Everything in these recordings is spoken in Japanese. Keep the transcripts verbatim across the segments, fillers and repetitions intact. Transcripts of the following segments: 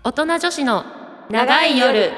大人女子の長い夜。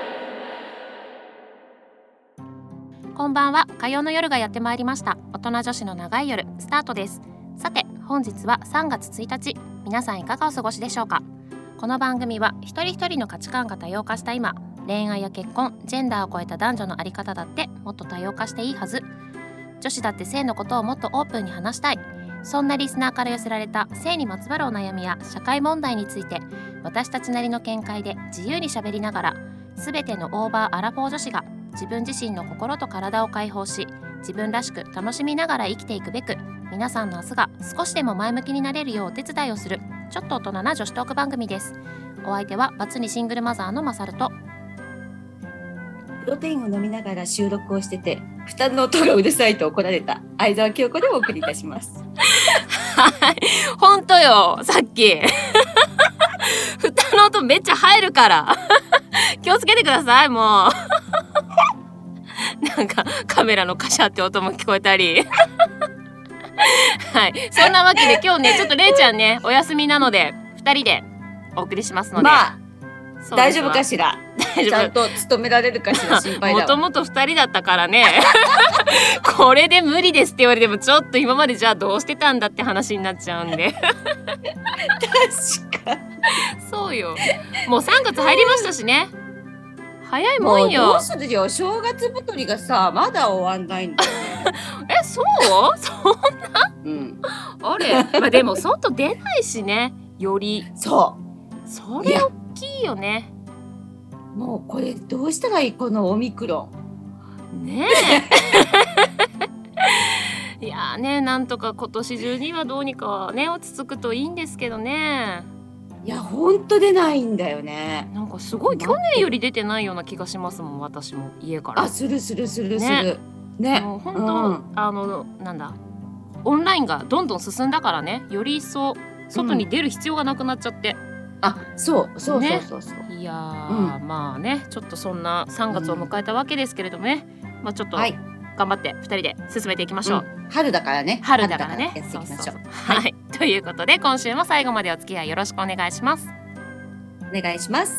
こんばんは。火曜の夜がやってまいりました。大人女子の長い夜スタートです。さて本日はさんがつついたち、皆さんいかがお過ごしでしょうか。この番組は一人一人の価値観が多様化した今、恋愛や結婚、ジェンダーを超えた男女のあり方だってもっと多様化していいはず。女子だって性のことをもっとオープンに話したい、そんなリスナーから寄せられた性にまつわるお悩みや社会問題について、私たちなりの見解で自由にしゃべりながら、すべてのオーバーアラフォー女子が自分自身の心と体を解放し、自分らしく楽しみながら生きていくべく、皆さんの明日が少しでも前向きになれるようお手伝いをする、ちょっと大人な女子トーク番組です。お相手はバツにシングルマザーのまさると、 プロテインを飲みながら収録をしてて、負担の音がうるさいと怒られた相沢京子でお送りいたしますはい、本当よ、さっき負担の音めっちゃ入るから気をつけてください。もうなんかカメラのカシャって音も聞こえたりはい、そんなわけで今日ね、ちょっとれいちゃんねお休みなのでふたりでお送りしますので、 まあ大丈夫かしら。ちゃんと務められるかしら、心配だわ。 もともとふたりだったからねこれで無理ですって言われても、ちょっと今までじゃあどうしてたんだって話になっちゃうんで確かにそうよ、もうさんがつ入りましたしね。早いもんよ。 もうどうするよ、正月太りがさまだ終わんないんだよねえ、そうそんな、 うん、 あれ、まあ、でも外出ないしね、よりそうそれ大きいよね。 もうこれどうしたらいい、このオミクロンねえいやーね、なんとか今年中にはどうにかね落ち着くといいんですけどね。 いやほんと出ないんだよね。 なんかすごい去年より出てないような気がしますもん、私も家から。 あ、するするするするね。 もう本当、 うん、 あのなんだオンラインがどんどん進んだからね、より一層外に出る必要がなくなっちゃって、 うん、あ、そうそうそうそうそう、 ね、いやー、うん、まあね、ちょっとそんなさんがつを迎えたわけですけれどもね、うん、まあちょっと頑張ってふたりで進めていきましょう、 うん、春だからね、 春だからね、 やっていきましょう。 はい、はい、ということで今週も最後までお付き合いよろしくお願いします。 お願いします。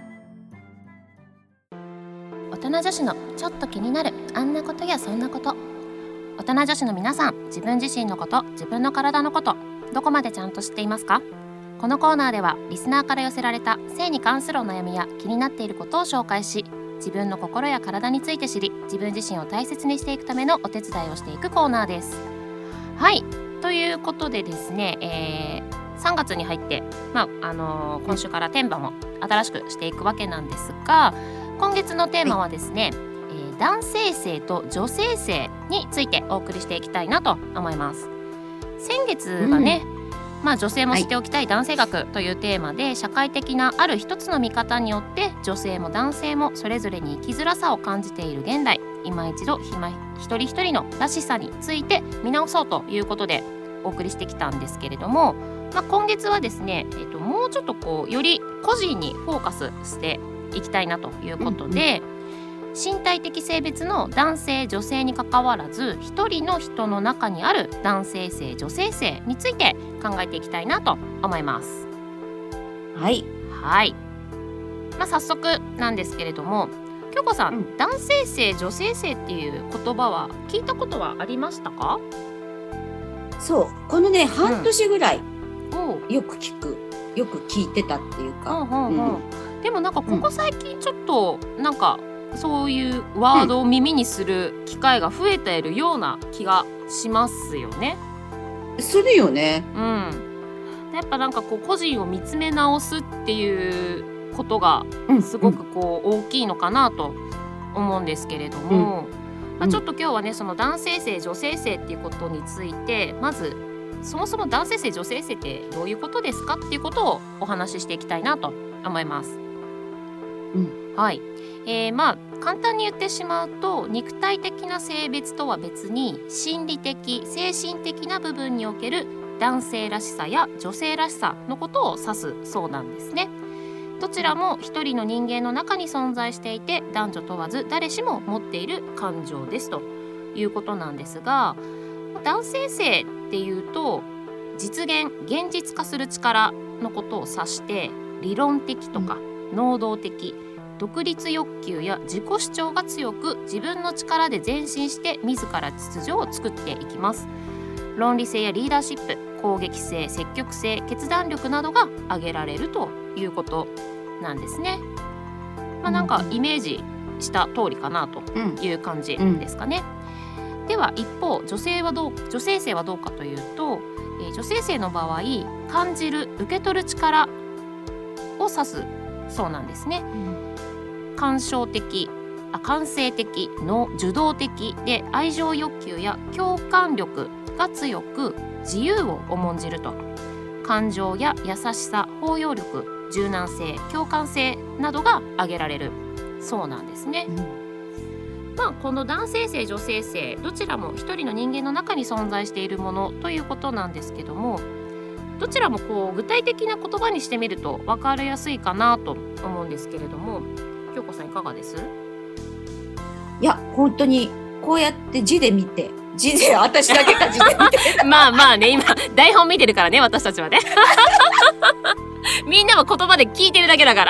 大人女子のちょっと気になるあんなことやそんなこと。大人女子の皆さん、自分自身のこと、自分の体のこと、どこまでちゃんと知っていますか？このコーナーではリスナーから寄せられた性に関するお悩みや気になっていることを紹介し、自分の心や体について知り、自分自身を大切にしていくためのお手伝いをしていくコーナーです。はい、ということでですね、えー、さんがつに入って、まああのー、今週からテーマも新しくしていくわけなんですが、今月のテーマはですね、はい、えー、男性性と女性性についてお送りしていきたいなと思います。先月はね、うん、まあ、女性も知っておきたい男性学というテーマで、はい、社会的なある一つの見方によって女性も男性もそれぞれに生きづらさを感じている現代、今一度一人一人のらしさについて見直そうということでお送りしてきたんですけれども、まあ、今月はですね、えーと、もうちょっとこうより個人にフォーカスしていきたいなということで、うんうん、身体的性別の男性女性にかかわらず、一人の人の中にある男性性女性性について考えていきたいなと思います。 はいはい、まあ、早速なんですけれども、京子さん、うん、男性性女性性っていう言葉は聞いたことはありましたか？ そう、このね半年ぐらい、 うん、 よく聞くよく聞いてたっていうか、 うんうんうん、でもなんかここ最近ちょっとなんかそういうワードを耳にする機会が増えているような気がしますよね。 するよね。 うん。やっぱなんかこう個人を見つめ直すっていうことがすごくこう大きいのかなと思うんですけれども、うんまあ、ちょっと今日はね、その男性性女性性っていうことについて、まずそもそも男性性女性性ってどういうことですかっていうことをお話ししていきたいなと思います。 うん、 はい、えー、まあ簡単に言ってしまうと、肉体的な性別とは別に心理的精神的な部分における男性らしさや女性らしさのことを指すそうなんですね。どちらも一人の人間の中に存在していて、男女問わず誰しも持っている感情ですということなんですが、男性性っていうと実現現実化する力のことを指して、 理論的とか、うん、能動的、独立欲求や自己主張が強く、自分の力で前進して自ら秩序を作っていきます。論理性やリーダーシップ、攻撃性、積極性、決断力などが挙げられるということなんですね。まあ、なんかイメージした通りかなという感じですかね。うんうん、では一方、女性はどう女性性はどうかというと、えー、女性性の場合、感じる、受け取る力を指すそうなんですね。うん、感傷的、あ感性的の受動的で、愛情欲求や共感力が強く、自由を重んじると。感情や優しさ、包容力、柔軟性、共感性などが挙げられるそうなんですね。うん、まあ、この男性性、女性性、どちらも一人の人間の中に存在しているものということなんですけども、どちらもこう具体的な言葉にしてみると分かりやすいかなと思うんですけれども、京子さんいかがです？ いや本当にこうやって字で見て、字で私だけが字で見てまあまあね、今台本見てるからね、私たちはねみんなも言葉で聞いてるだけだから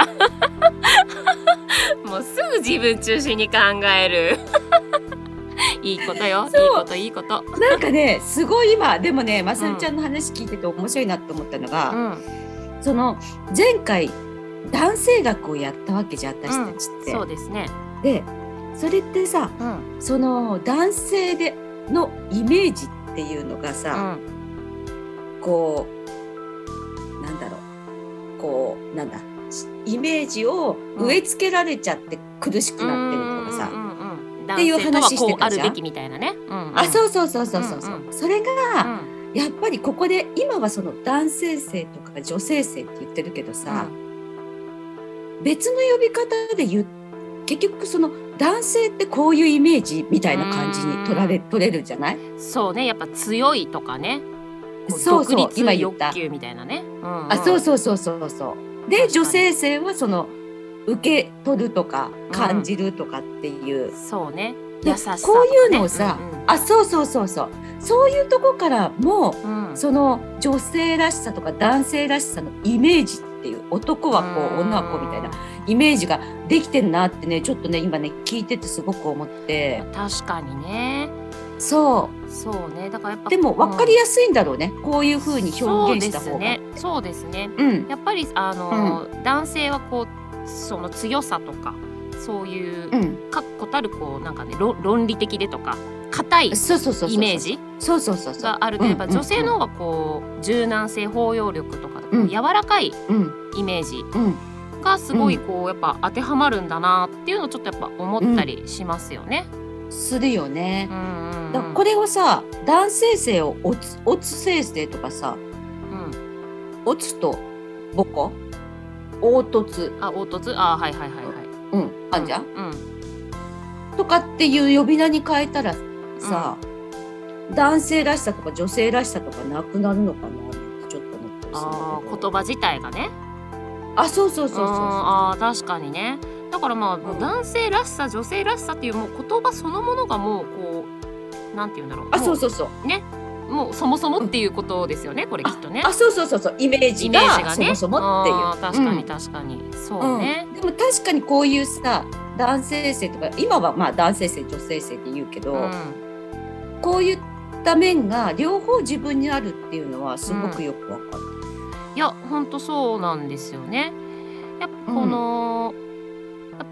もうすぐ自分中心に考えるいいことよ、いいこといいこと。 なんかね、すごい今でもね、まさみちゃんの話聞いてて面白いなと思ったのが、うん、その前回男性学をやったわけじゃん、私たちって。 うん、そうですね。 でそれってさ、うん、その男性でのイメージっていうのがさ、うん、こうなんだろう、こうなんだイメージを植え付けられちゃって苦しくなってるとかさ、うんうんうん、っていう話してたじゃん。男性とはこうあるべきみたいなね。うんうん、あ、そうそうそうそうそう、うんうん、それが、うん、やっぱりここで今はその男性性とか女性性って言ってるけどさ、うん、別の呼び方で言う、結局その男性ってこういうイメージみたいな感じに取られ取れるじゃない？ そうね、やっぱ強いとかね、そうそう、独立欲求みたいなね。うんうん、あ、 そうそうそうそうそう。で女性性はその受け取るとか感じるとかっていう、 うん、そうね、優しさとかね、 こういうのをさ、うんうん、あ、そうそうそうそう、そういうとこからも、うん、その女性らしさとか男性らしさのイメージっていう、男はこう、女はこうみたいなイメージができてんなってね、ちょっとね今ね聞いててすごく思って。 確かにね。 そうそうね、だからやっぱでも分かりやすいんだろうね、うん、こういう風に表現した方が。 そうですね、そうですね、うん、やっぱりあの、うん、男性はこうその強さとかそういう確固たるこうなんかね論理的でとか硬いイメージがあるければ、女性の方がこう柔軟性、包容力とか、うん、柔らかいイメージがすごいこうやっぱ当てはまるんだなっていうのをちょっとやっぱ思ったりしますよね。 うん、するよね。うんうんうん、だからこれをさ、男性性をオツ、オツ性性とかさ、うん、オツとボコ、凹凸、 あ、凹凸、あ、はいはいはいはい、 うん、あんじゃん、うんうん、とかっていう呼び名に変えたらさ、うん、男性らしさとか女性らしさとかなくなるのかなってちょっと思ったりするんだけど。 あ、言葉自体がね。 あ、そうそうそうそうそう。 ああ、確かにね。だからまあ、うん、男性らしさ、女性らしさっていうもう言葉そのものがもうこうなんていうんだろう。 あ、そうそうそうね。もうそもそもっていうことですよね、うん、これきっとね。 あ、そうそうそうそう、イメージがそもそもっていう。 あ、確かに確かに、うん、そうね、 うん。でも確かにこういうさ、男性性とか今はまあ男性性女性性って言うけど、うん、こういった面が両方自分にあるっていうのはすごくよくわかる。 うん、いや本当そうなんですよね。やっぱこの、うん、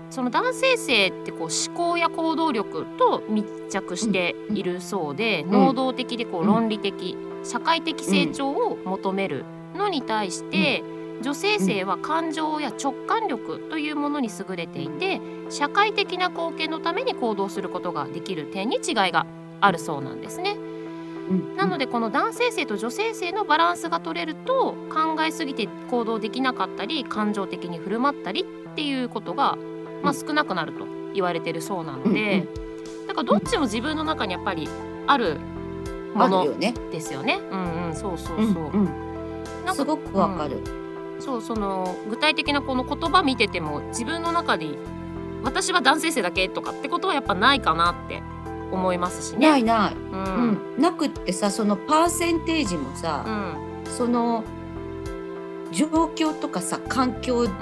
その男性性ってこう思考や行動力と密着しているそうで、うん、能動的でこう論理的、うん、社会的成長を求めるのに対して、うん、女性性は感情や直感力というものに優れていて、社会的な貢献のために行動することができる点に違いがあるそうなんですね。なのでこの男性性と女性性のバランスが取れると、考えすぎて行動できなかったり感情的に振る舞ったりっていうことが、まあ、少なくなると言われてるそうなので、だからどっちも自分の中にやっぱりあるものですよね。うんうん、そうそうそう、うんうん、 なんかすごくわかる、 うん、そう、その具体的なこの言葉見てても自分の中に私は男性性だけとかってことはやっぱないかなって思いますしね。 ないない、うんうん、なくってさ、そのパーセンテージもさ、うん、その状況とかさ環境で違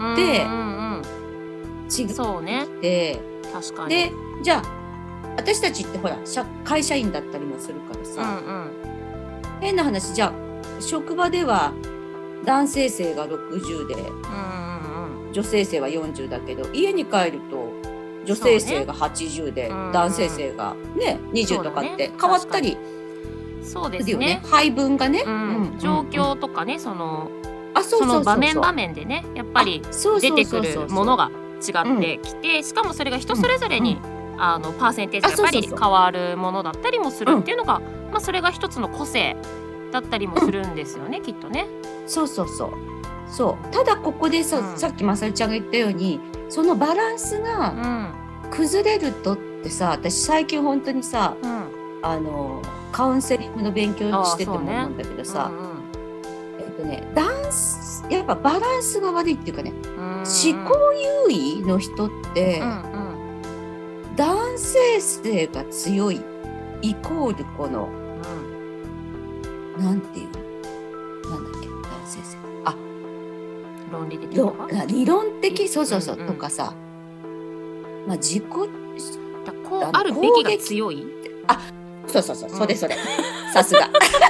って、 そうね、確かに。 でじゃあ私たちってほら会社員だったりもするからさ、うんうん、変な話、じゃあ職場では男性性がろくじゅうで、うんうんうん、女性性はよんじゅうだけど、家に帰ると女性性がはちじゅうで、ね、男性性が、ね、にじゅうとかって変わったり、 そうですね、ね、 配分がね、 うんうん、状況とかね、そのその場面場面でね、やっぱり出てくるものが違ってきて、しかもそれが人それぞれに、うん、あのパーセンテージがやっぱり変わるものだったりもするっていうのが、まあ、それが一つの個性だったりもするんですよね、うん、きっとね。 そうそうそうそう。ただここでさ、うん、さっきまさりちゃんが言ったように、そのバランスが崩れるとってさ、私最近本当にさ、うん、あのカウンセリングの勉強してても思うんだけどさ、ね、うんうん、えっとね、ダンスやっぱバランスが悪いっていうかね、思考優位の人って、うんうん、男性性が強いイコールこの、うん、なんていうのなんだっけ、男性性、あ、 論理的とか理論的、そうそうそう、うんうん、とかさ、まあ自己だこうあるべきが強い、 あ、そうそうそう、それそれ、さすが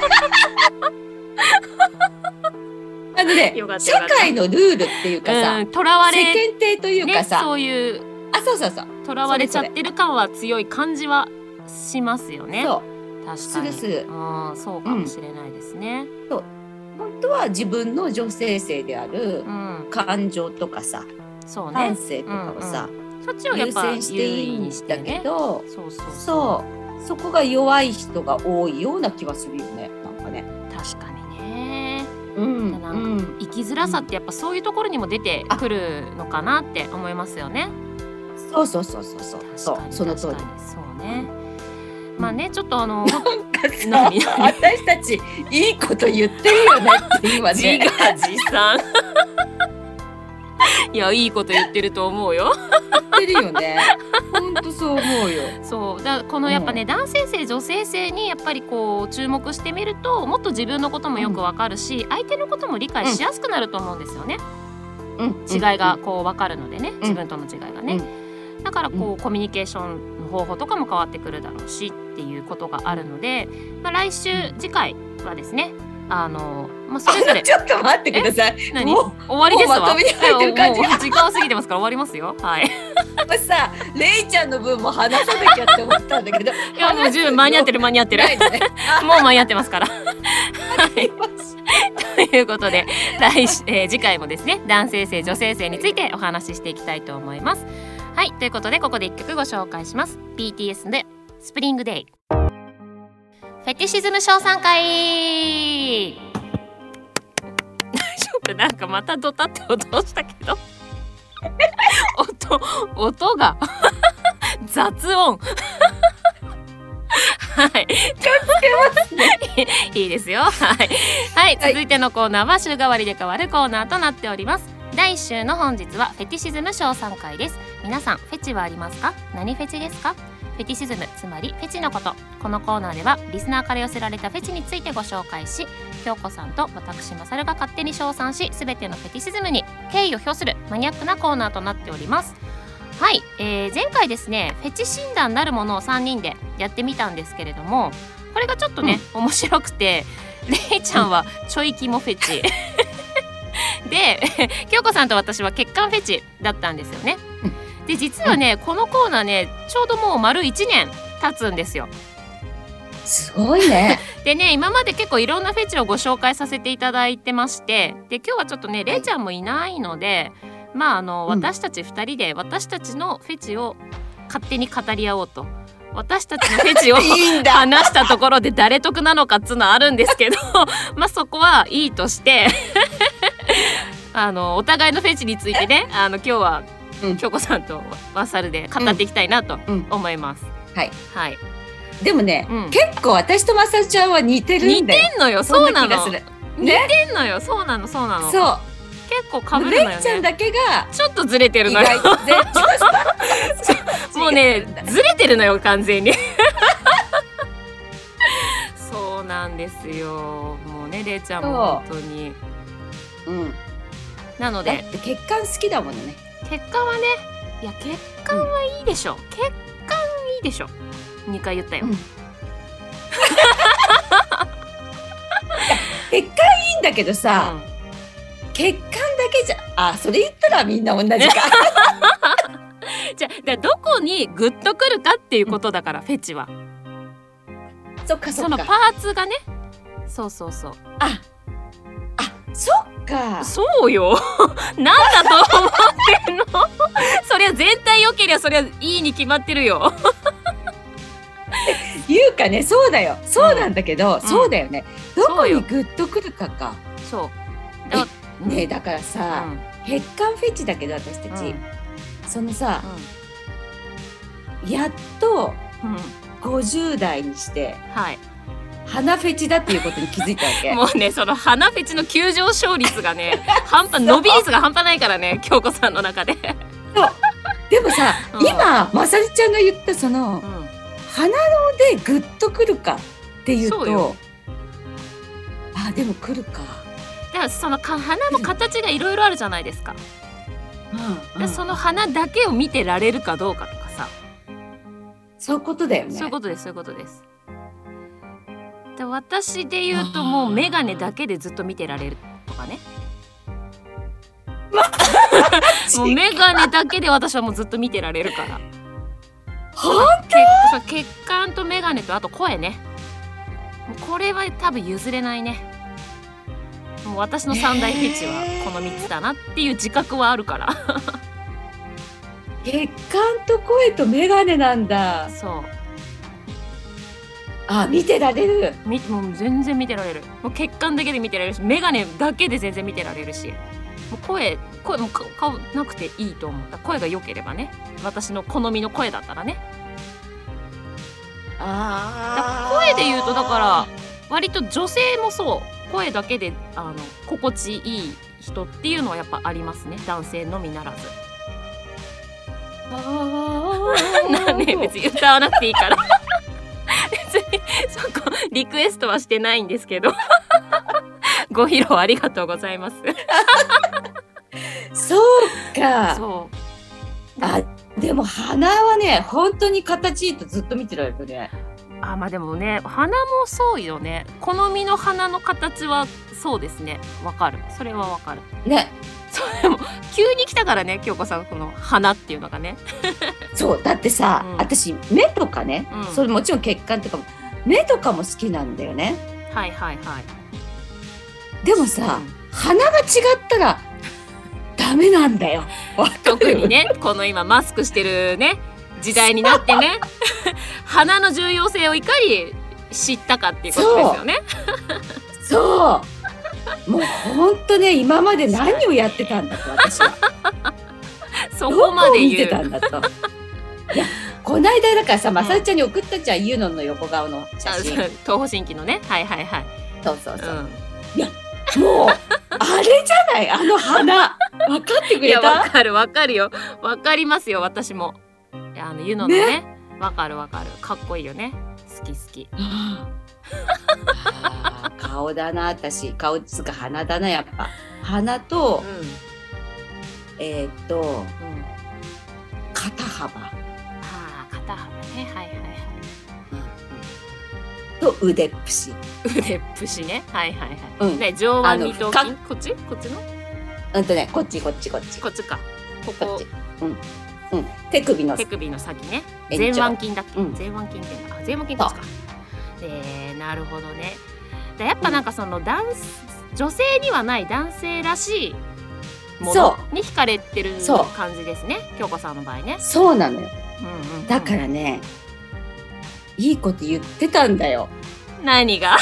あのね、社会のルールっていうかさ、 うん、とらわれ世間体というかさ、 ね、そういう、 あ、そうそうそう、 とらわれちゃってる感は強い感じはしますよね。 そう、 確かにするする、 あ、そうかもしれないですね、 うん、そう、本当は自分の女性性である感情とかさ、うん、そうね、感性とかをさ、うんうん、そっちをやっぱ優先していいんだけど、そうそうそう、そう、そこが弱い人が多いような気はするよね、なんかね。 確かにね、 うん、 なんか生きづらさってやっぱそういうところにも出てくるのかなって思いますよね。 そうそうそうそうそう、そう、その通り。 そうね。まあね、ちょっとあのなんかさ、私たちいいこと言ってるよねって今ね。 自画自賛。いや、いいこと言ってると思うよ。 言ってるよね。本当そう思うよ。 そうだ、このやっぱね、うん、男性性女性性にやっぱりこう注目してみると、もっと自分のこともよくわかるし、うん、相手のことも理解しやすくなると思うんですよね。うん、違いがこうわかるのでね、自分との違いがね。うん、だからこう、うん、コミュニケーションの方法とかも変わってくるだろうしっていうことがあるので、まあ、来週次回はですね、あのまあ、それぞれちょっと待ってください。 何終わりですわ。もうまとめに入ってる感じ。もう時間過ぎてますから終わりますよ。はい。 さ、レイちゃんの分も話さなきゃって思ったんだけど、いやもう十分間に合ってる間に合ってる。もう間に合ってますから。はい。ということで来週、えー、次回もですね、男性性女性性についてお話ししていきたいと思います。はい、ということでここでいっきょくご紹介します。 ビーティーエス でスプリングデイ。フェティシズム称賛会。大丈夫？なんかまたドタって音したけど音音が雑音はい、気をつけますねいいですよ。はい、はい、続いてのコーナーは週替わりで変わるコーナーとなっております。だいいっ週の本日はフェティシズム称賛会です。皆さんフェチはありますか？何フェチですか？フェティシズム、つまりフェチのこと。このコーナーではリスナーから寄せられたフェチについてご紹介し、京子さんと私マサルが勝手に称賛し、すべてのフェティシズムに敬意を表するマニアックなコーナーとなっております。はい、えー、前回ですね、フェチ診断なるものをさんにんでやってみたんですけれども、これがちょっとね、うん、面白くて、レイちゃんはちょいキモフェチで、京子さんと私は血管フェチだったんですよね。で、実はね、このコーナーね、ちょうどもう丸いちねん経つんですよ。 すごいね。 でね、今まで結構いろんなフェチをご紹介させていただいてまして、で今日はちょっとね、レイちゃんもいないので、まああの、うん、私たちふたりで私たちのフェチを勝手に語り合おうと。私たちのフェチを話したところで誰得なのかっつうのはあるんですけどまあそこはいいとしてあのお互いのフェチについてね、あの今日は京子さんとマサルで語っていきたいなと思います。 うん、はい、 はい。 でもね、うん、結構私とマサルちゃんは似てるんだよ。 似てんのよ。そうなの。ね、似てんのよ。そうなの、そうなの。 そう。 結構被るのよね。 レイちゃんだけがちょっとずれてるのよ。もうね、ずれてるのよ完全に。そうなんですよ。もうね、レイちゃんも本当に。 うん。 なのでだって血管好きだものね。 血管はね、いや血管はいいでしょ、うん、血管いいでしょ。にかい言ったよ、うん、 血管いいんだけどさ、うん、血管だけじゃ、あ、それ言ったらみんな同じかじゃあどこにグッとくるかっていうことだから、うん、フェチはそっかそっか、 そのパーツがね、そうそうそう、 ああ、そっか、 そうよなんだと思ってんのそりゃ全体良けりゃそりゃいいに決まってるよいうかね、そうだよ、そうなんだけど、うん、そうだよね、どこにグッとくるかか。 そうだね、だからさ、うん、血管フェチだけど私たち、うん、そのさ、うん、やっとごじゅう代にして、うん、はい、鼻フェチだっていうことに気づいたわけもうね、その鼻フェチの急上昇率がね半端伸び率が半端ないからね、京子さんの中でそうでもさ、うん、今まさりちゃんが言ったその、うん、鼻のでグッとくるかっていうと、あ、でもくるか。 だからその鼻の形がいろいろあるじゃないですか、うんうん、でその鼻だけを見てられるかどうかとかさ、 そういうことだよね。 そういうことです、そういうことです。で私で言うともう眼鏡だけでずっと見てられるとかねもう眼鏡だけで私はもうずっと見てられるから。 本当？血管と眼鏡とあと声ね、もうこれは多分譲れないね。もう私の三大フェチはこのみっつだなっていう自覚はあるから血管と声と眼鏡なんだ。 そう、 あ、見てられる。 みもう全然見てられる。もう血管だけで見てられるし、眼鏡だけで全然見てられるし、もう声声も顔なくていいと思った。声が良ければね、私の好みの声だったらね。 ああ、声で言うとだから割と女性もそう、声だけであの心地いい人っていうのはやっぱありますね、男性のみならず。なんで別に歌わなくていいから別にそこリクエストはしてないんですけどご披露ありがとうございますそうか。 そう、 あ、でも鼻はね本当に形いいとずっと見てられるね。 あ、まあでもね、鼻もそうよね。好みの鼻の形はそうですね、わかる、それはわかるね。 そう、でも急に来たからね、京子さん、この鼻っていうのがねそうだってさ、うん、私目とかね、うん、それもちろん血管とかも目とかも好きなんだよね。 はいはいはい。 でもさ、うん、鼻が違ったらダメなんだよ特にね、この今マスクしてるね時代になってね鼻の重要性をいかに知ったかっていうことですよねそう、もうほんとね、今まで何をやってたんだと私はそこまで言う、 どこを見てたんだといや、こないだだからさ、まさりちゃんに送ったじゃん、ユノの横顔の写真、 東方神起のね、はいはいはい、 そうそうそう、うん、いやもうあれじゃない、あの鼻分かってくれた？ いや、分かる分かるよ、分かりますよ、私も。あのユノのね、分かる分かる、かっこいいよね、好き好きあ、顔だな、私顔つか鼻だな、やっぱ鼻と、うん、えー、っと、うん、肩幅、 ああ、肩幅ね、はいはいはい、 うん、と腕っぷし、 腕っぷしね、はいはいはい、うん、ね、上腕二頭筋、こっちこっちのうんとね、こっちこっちこっちこっちか、ここ、こっち、 うんうん、手首の手首の先ね、前腕筋だっけ、うん、前腕筋っていうの、あ、前腕筋ですか。えー、なるほどね。でやっぱなんかその男、うん、女性にはない男性らしいものに惹かれてる感じですね、京子さんの場合ね。 そうなのよ、うんうんうん、だからね、いいこと言ってたんだよ。 何が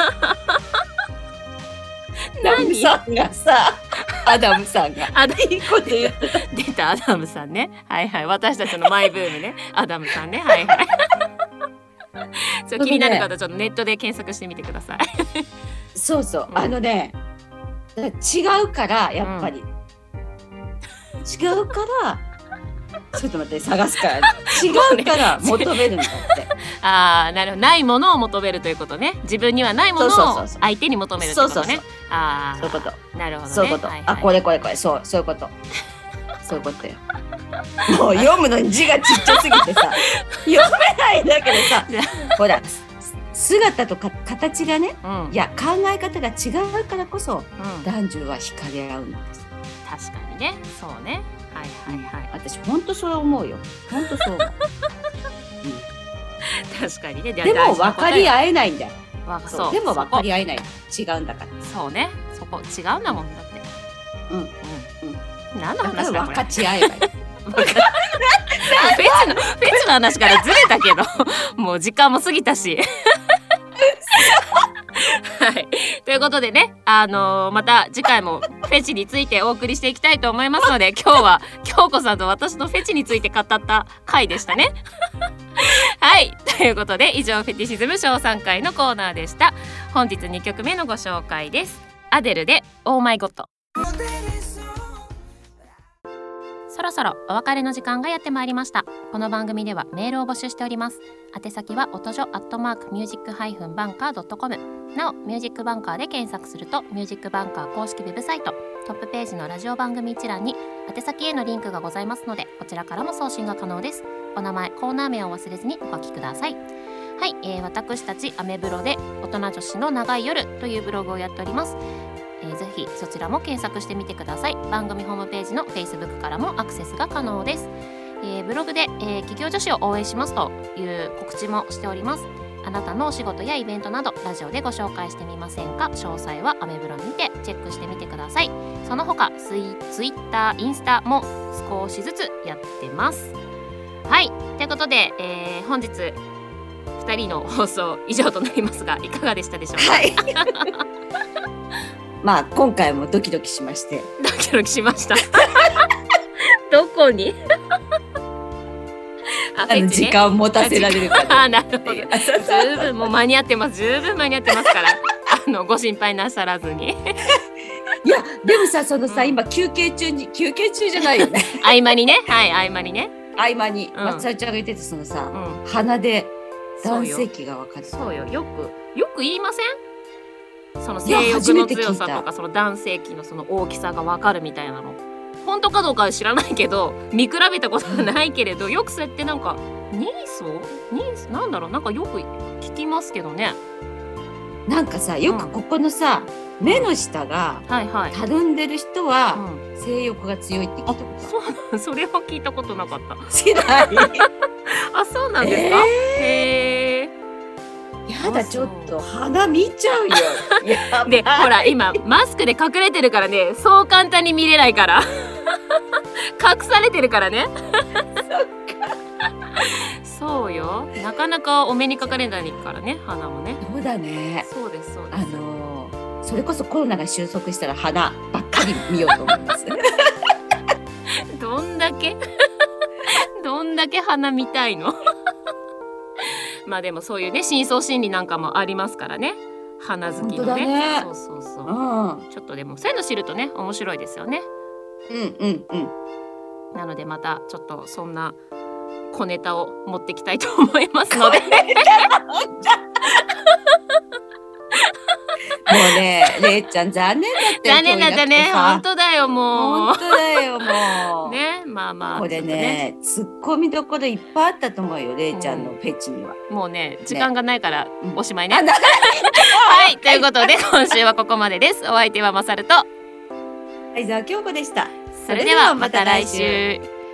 アダムさんがさ、アダムさんがいいこと言ってた。 出たアダムさんね、はいはい、私たちのマイブームねアダムさんね、はいはいそう気になる方ちょっとネットで検索してみてくださいそうそう、うん、あのね、違うからやっぱり、うん、違うからちょっと待って探すから違うから求めるんだってああなるほど、ないものを求めるということね。自分にはないものを相手に求めるってことね。そうそうそうああそういうことなるほどね。 そういうこと、 はいはい、 あこれこれこれそうそういうことそういうことよもう読むのに字がちっちゃすぎてさ読めないんだけどさほら姿とか形がね、うん、いや考え方が違うからこそ、うん、男女は惹かれ合うんです。 確かにねそうねはいはいはい、 私本当そう思うよ本当そう思う、 うん、確かにね。 でも分かり合えないんだよ。 そうそうでも分かり合えない違うんだから。 そうねそこ違うんだもんだってうんうんうん何の話だこれ。 分かち合えばいいフェチのフェチの話からずれたけどもう時間も過ぎたしはい、ということでね、あのー、また次回もフェチについてお送りしていきたいと思いますので今日は京子さんと私のフェチについて語った回でしたねはいということで以上フェティシズム小さん回のコーナーでした。本日にきょくめのご紹介です。アデルでオーマイゴッド。そろそろお別れの時間がやってまいりました。この番組ではメールを募集しております。宛先は音女アットマークミュージックハイフンバンカードットコム。なおミュージックバンカーで検索するとミュージックバンカー公式ウェブサイトトップページのラジオ番組一覧に宛先へのリンクがございますのでこちらからも送信が可能です。お名前コーナー名を忘れずにお書きください。はい、えー、私たちアメブロで大人女子の長い夜というブログをやっております。えー、ぜひそちらも検索してみてください。番組ホームページの Facebook からもアクセスが可能です。えー、ブログで、えー、企業女子を応援しますという告知もしております。あなたのお仕事やイベントなどラジオでご紹介してみませんか。詳細はアメブロにてチェックしてみてください。その他ツイ、ツイッター、インスタも少しずつやってます。はい、ということで、えー、本日ふたりの放送以上となりますがいかがでしたでしょうか。はいまあ今回もドキドキしましてドキドキしましたどこにあの、ね、時間を持たせられるからなるほど十分もう間に合ってます十分間に合ってますからあのご心配なさらずにいやでもさそのさ、うん、今休憩中に休憩中じゃないよね合間にねはい合間にね合間に、うん、松田ちゃんが言っててそのさ、うん、鼻で男性器が分かる。 そうよよくよく言いませんその性欲の強さとかその男性器のその大きさが分かるみたいなの本当かどうかは知らないけど見比べたことはないけれどよくそうやってなんかニーソニーソなんだろうなんかよく聞きますけどね。 なんかさよくここのさ、うん、目の下がたるんでる人は性欲が強いって聞いたことある。 そうそれは聞いたことなかった。 知らないあそうなんですか。へえやだちょっと鼻見ちゃうよでほら今マスクで隠れてるからねそう簡単に見れないから隠されてるからねそっかそうよなかなかお目にかかれないからね鼻もね。 そうだねそうですそうです。 あのー、それこそコロナが収束したら鼻ばっかり見ようと思いますどんだけどんだけ鼻見たいのまあでもそういうね深層心理なんかもありますからね花好きの ね, ねそうそうそう、うん、ちょっとでもそういうの知るとね面白いですよね。 うんうんうんなのでまたちょっとそんな小ネタを持ってきたいと思いますのでもうねれいちゃん残念だったよ残念だったね本当だよもう本当だよもうねまあまあこれ ね, ねツッコミどころいっぱいあったと思うよれいちゃんのフェチには、 うん、もうね時間がないからおしまいね、 うん、はいということで今週はここまでです。お相手はまさると相沢京子でした。 それではまた来週。